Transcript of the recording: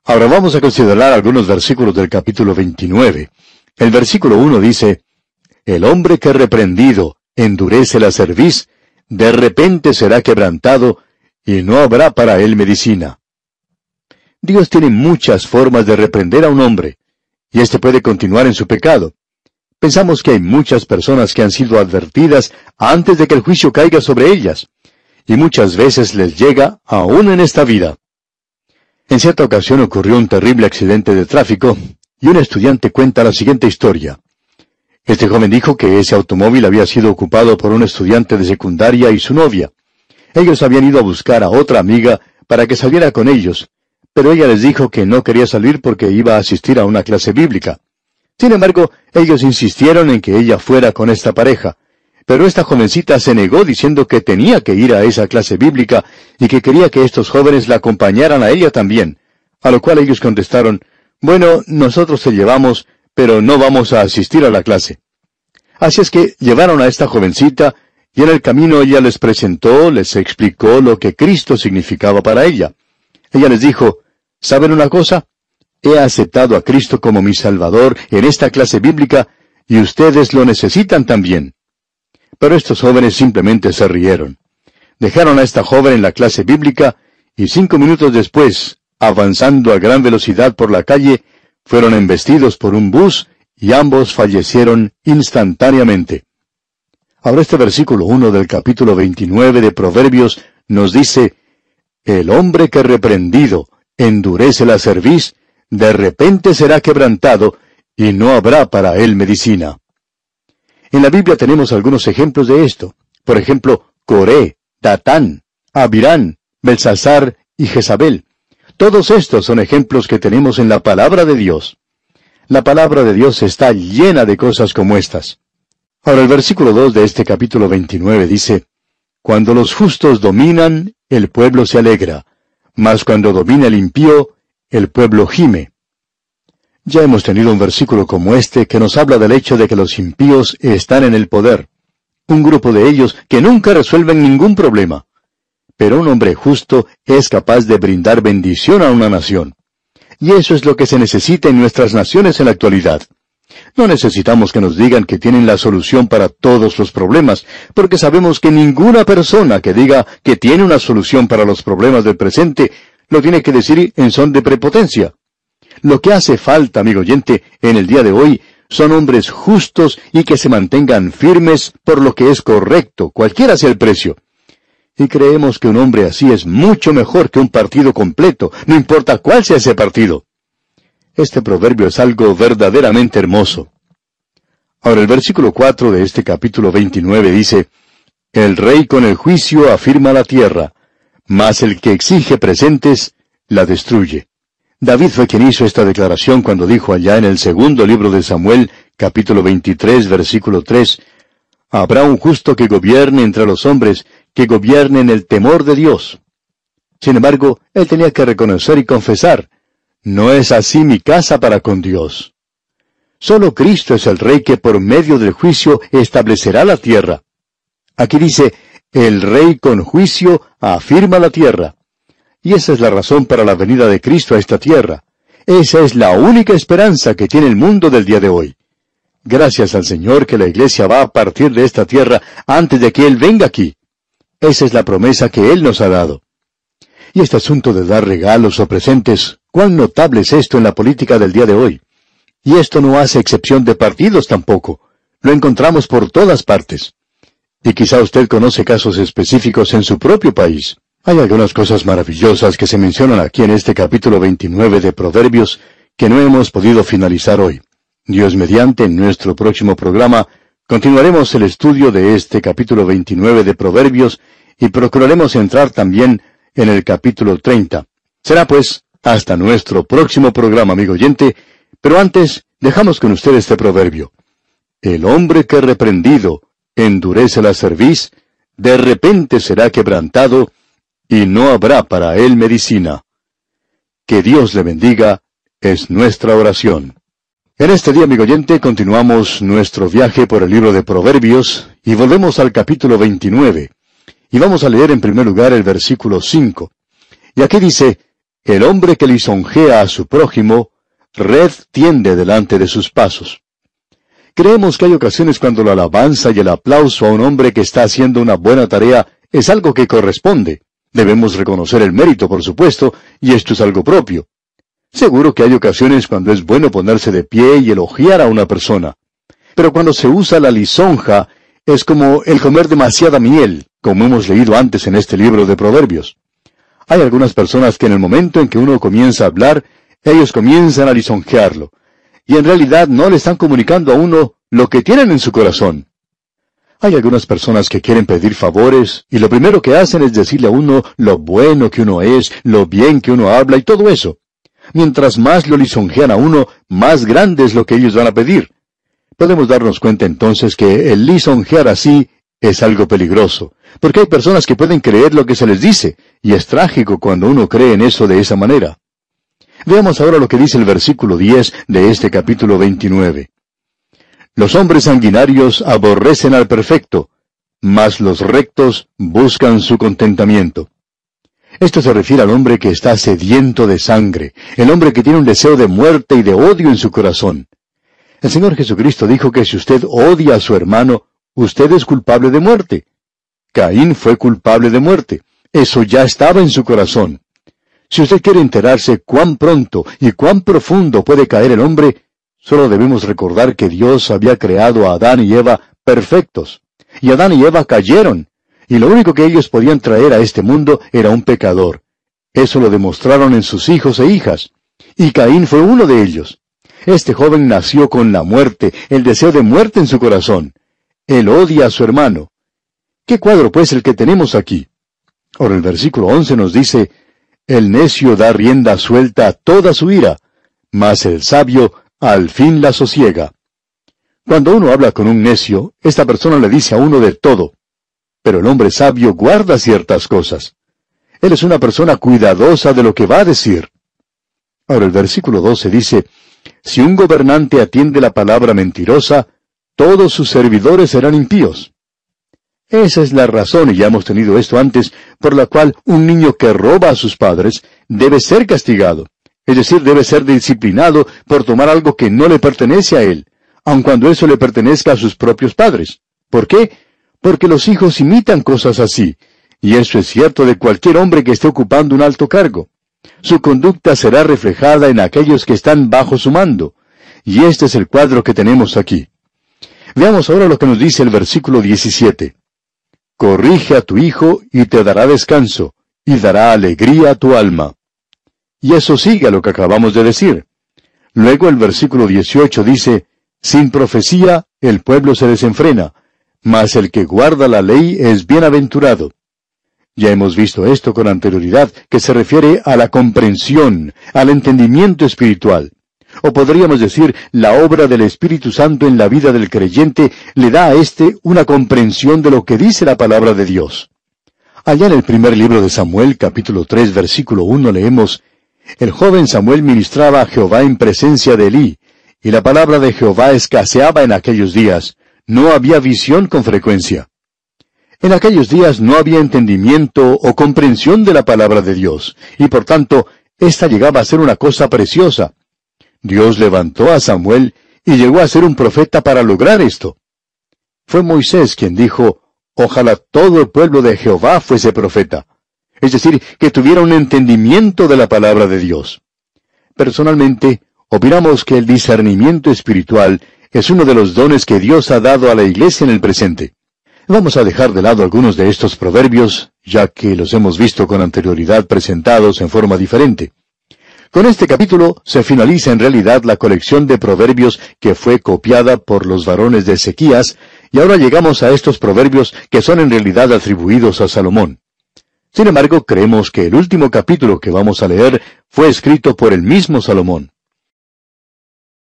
Ahora vamos a considerar algunos versículos del capítulo 29. El versículo 1 dice, «El hombre que reprendido endurece la cerviz, de repente será quebrantado, y no habrá para él medicina». Dios tiene muchas formas de reprender a un hombre, y éste puede continuar en su pecado. Pensamos que hay muchas personas que han sido advertidas antes de que el juicio caiga sobre ellas, y muchas veces les llega aún en esta vida. En cierta ocasión ocurrió un terrible accidente de tráfico, y un estudiante cuenta la siguiente historia. Este joven dijo que ese automóvil había sido ocupado por un estudiante de secundaria y su novia. Ellos habían ido a buscar a otra amiga para que saliera con ellos, pero ella les dijo que no quería salir porque iba a asistir a una clase bíblica. Sin embargo, ellos insistieron en que ella fuera con esta pareja, pero esta jovencita se negó diciendo que tenía que ir a esa clase bíblica y que quería que estos jóvenes la acompañaran a ella también, a lo cual ellos contestaron, «Bueno, nosotros te llevamos, pero no vamos a asistir a la clase». Así es que llevaron a esta jovencita, y en el camino ella les presentó, les explicó lo que Cristo significaba para ella. Ella les dijo, «¿Saben una cosa? He aceptado a Cristo como mi Salvador en esta clase bíblica, y ustedes lo necesitan también». Pero estos jóvenes simplemente se rieron. Dejaron a esta joven en la clase bíblica, y 5 minutos después, avanzando a gran velocidad por la calle, fueron embestidos por un bus, y ambos fallecieron instantáneamente. Ahora este versículo 1 del capítulo 29 de Proverbios nos dice, «El hombre que reprendido endurece la cerviz, de repente será quebrantado, y no habrá para él medicina». En la Biblia tenemos algunos ejemplos de esto. Por ejemplo, Coré, Datán, Abirán, Belsasar y Jezabel. Todos estos son ejemplos que tenemos en la palabra de Dios. La palabra de Dios está llena de cosas como estas. Ahora el versículo 2 de este capítulo 29 dice, «Cuando los justos dominan, el pueblo se alegra, mas cuando domina el impío, el pueblo gime». Ya hemos tenido un versículo como este que nos habla del hecho de que los impíos están en el poder. Un grupo de ellos que nunca resuelven ningún problema. Pero un hombre justo es capaz de brindar bendición a una nación. Y eso es lo que se necesita en nuestras naciones en la actualidad. No necesitamos que nos digan que tienen la solución para todos los problemas, porque sabemos que ninguna persona que diga que tiene una solución para los problemas del presente, lo tiene que decir en son de prepotencia. Lo que hace falta, amigo oyente, en el día de hoy, son hombres justos y que se mantengan firmes por lo que es correcto, cualquiera sea el precio. Y creemos que un hombre así es mucho mejor que un partido completo, no importa cuál sea ese partido. Este proverbio es algo verdaderamente hermoso. Ahora el versículo 4 de este capítulo 29 dice, «El rey con el juicio afirma la tierra, mas el que exige presentes la destruye». David fue quien hizo esta declaración cuando dijo allá en el segundo libro de Samuel, capítulo 23, versículo 3, «Habrá un justo que gobierne entre los hombres, que gobierne en el temor de Dios». Sin embargo, él tenía que reconocer y confesar, «No es así mi casa para con Dios». Solo Cristo es el Rey que por medio del juicio establecerá la tierra. Aquí dice, «El Rey con juicio afirma la tierra». Y esa es la razón para la venida de Cristo a esta tierra. Esa es la única esperanza que tiene el mundo del día de hoy. Gracias al Señor que la iglesia va a partir de esta tierra antes de que Él venga aquí. Esa es la promesa que Él nos ha dado. Y este asunto de dar regalos o presentes, cuán notable es esto en la política del día de hoy. Y esto no hace excepción de partidos tampoco. Lo encontramos por todas partes. Y quizá usted conoce casos específicos en su propio país. Hay algunas cosas maravillosas que se mencionan aquí en este capítulo 29 de Proverbios que no hemos podido finalizar hoy. Dios mediante, en nuestro próximo programa, continuaremos el estudio de este capítulo 29 de Proverbios y procuraremos entrar también en el capítulo 30. Será pues hasta nuestro próximo programa, amigo oyente, pero antes dejamos con usted este proverbio. El hombre que reprendido endurece la cerviz, de repente será quebrantado, y no habrá para él medicina. Que Dios le bendiga, es nuestra oración. En este día, amigo oyente, continuamos nuestro viaje por el libro de Proverbios, y volvemos al capítulo 29. Y vamos a leer en primer lugar el versículo 5. Y aquí dice, el hombre que lisonjea a su prójimo, red tiende delante de sus pasos. Creemos que hay ocasiones cuando la alabanza y el aplauso a un hombre que está haciendo una buena tarea es algo que corresponde. Debemos reconocer el mérito, por supuesto, y esto es algo propio. Seguro que hay ocasiones cuando es bueno ponerse de pie y elogiar a una persona. Pero cuando se usa la lisonja, es como el comer demasiada miel, como hemos leído antes en este libro de Proverbios. Hay algunas personas que en el momento en que uno comienza a hablar, ellos comienzan a lisonjearlo. Y en realidad no le están comunicando a uno lo que tienen en su corazón. Hay algunas personas que quieren pedir favores, y lo primero que hacen es decirle a uno lo bueno que uno es, lo bien que uno habla y todo eso. Mientras más lo lisonjean a uno, más grande es lo que ellos van a pedir. Podemos darnos cuenta entonces que el lisonjear así es algo peligroso, porque hay personas que pueden creer lo que se les dice, y es trágico cuando uno cree en eso de esa manera. Veamos ahora lo que dice el versículo 10 de este capítulo 29. Los hombres sanguinarios aborrecen al perfecto, mas los rectos buscan su contentamiento. Esto se refiere al hombre que está sediento de sangre, el hombre que tiene un deseo de muerte y de odio en su corazón. El Señor Jesucristo dijo que si usted odia a su hermano, usted es culpable de muerte. Caín fue culpable de muerte. Eso ya estaba en su corazón. Si usted quiere enterarse cuán pronto y cuán profundo puede caer el hombre, solo debemos recordar que Dios había creado a Adán y Eva perfectos. Y Adán y Eva cayeron. Y lo único que ellos podían traer a este mundo era un pecador. Eso lo demostraron en sus hijos e hijas. Y Caín fue uno de ellos. Este joven nació con la muerte, el deseo de muerte en su corazón. Él odia a su hermano. ¿Qué cuadro pues el que tenemos aquí? Ahora el versículo 11 nos dice, el necio da rienda suelta a toda su ira, mas el sabio al fin la sosiega. Cuando uno habla con un necio, esta persona le dice a uno de todo. Pero el hombre sabio guarda ciertas cosas. Él es una persona cuidadosa de lo que va a decir. Ahora el versículo 12 dice, si un gobernante atiende la palabra mentirosa, todos sus servidores serán impíos. Esa es la razón, y ya hemos tenido esto antes, por la cual un niño que roba a sus padres debe ser castigado. Es decir, debe ser disciplinado por tomar algo que no le pertenece a él, aun cuando eso le pertenezca a sus propios padres. ¿Por qué? Porque los hijos imitan cosas así, y eso es cierto de cualquier hombre que esté ocupando un alto cargo. Su conducta será reflejada en aquellos que están bajo su mando, y este es el cuadro que tenemos aquí. Veamos ahora lo que nos dice el versículo 17. Corrige a tu hijo y te dará descanso, y dará alegría a tu alma. Y eso sigue a lo que acabamos de decir. Luego el versículo 18 dice, sin profecía el pueblo se desenfrena, mas el que guarda la ley es bienaventurado. Ya hemos visto esto con anterioridad, que se refiere a la comprensión, al entendimiento espiritual. O podríamos decir, la obra del Espíritu Santo en la vida del creyente le da a éste una comprensión de lo que dice la palabra de Dios. Allá en el primer libro de Samuel, capítulo 3, versículo 1, leemos, el joven Samuel ministraba a Jehová en presencia de Elí, y la palabra de Jehová escaseaba en aquellos días. No había visión con frecuencia. En aquellos días no había entendimiento o comprensión de la palabra de Dios, y por tanto, ésta llegaba a ser una cosa preciosa. Dios levantó a Samuel y llegó a ser un profeta para lograr esto. Fue Moisés quien dijo, ojalá todo el pueblo de Jehová fuese profeta. Es decir, que tuviera un entendimiento de la palabra de Dios. Personalmente, opinamos que el discernimiento espiritual es uno de los dones que Dios ha dado a la iglesia en el presente. Vamos a dejar de lado algunos de estos proverbios, ya que los hemos visto con anterioridad presentados en forma diferente. Con este capítulo se finaliza en realidad la colección de proverbios que fue copiada por los varones de Ezequías, y ahora llegamos a estos proverbios que son en realidad atribuidos a Salomón. Sin embargo, creemos que el último capítulo que vamos a leer fue escrito por el mismo Salomón.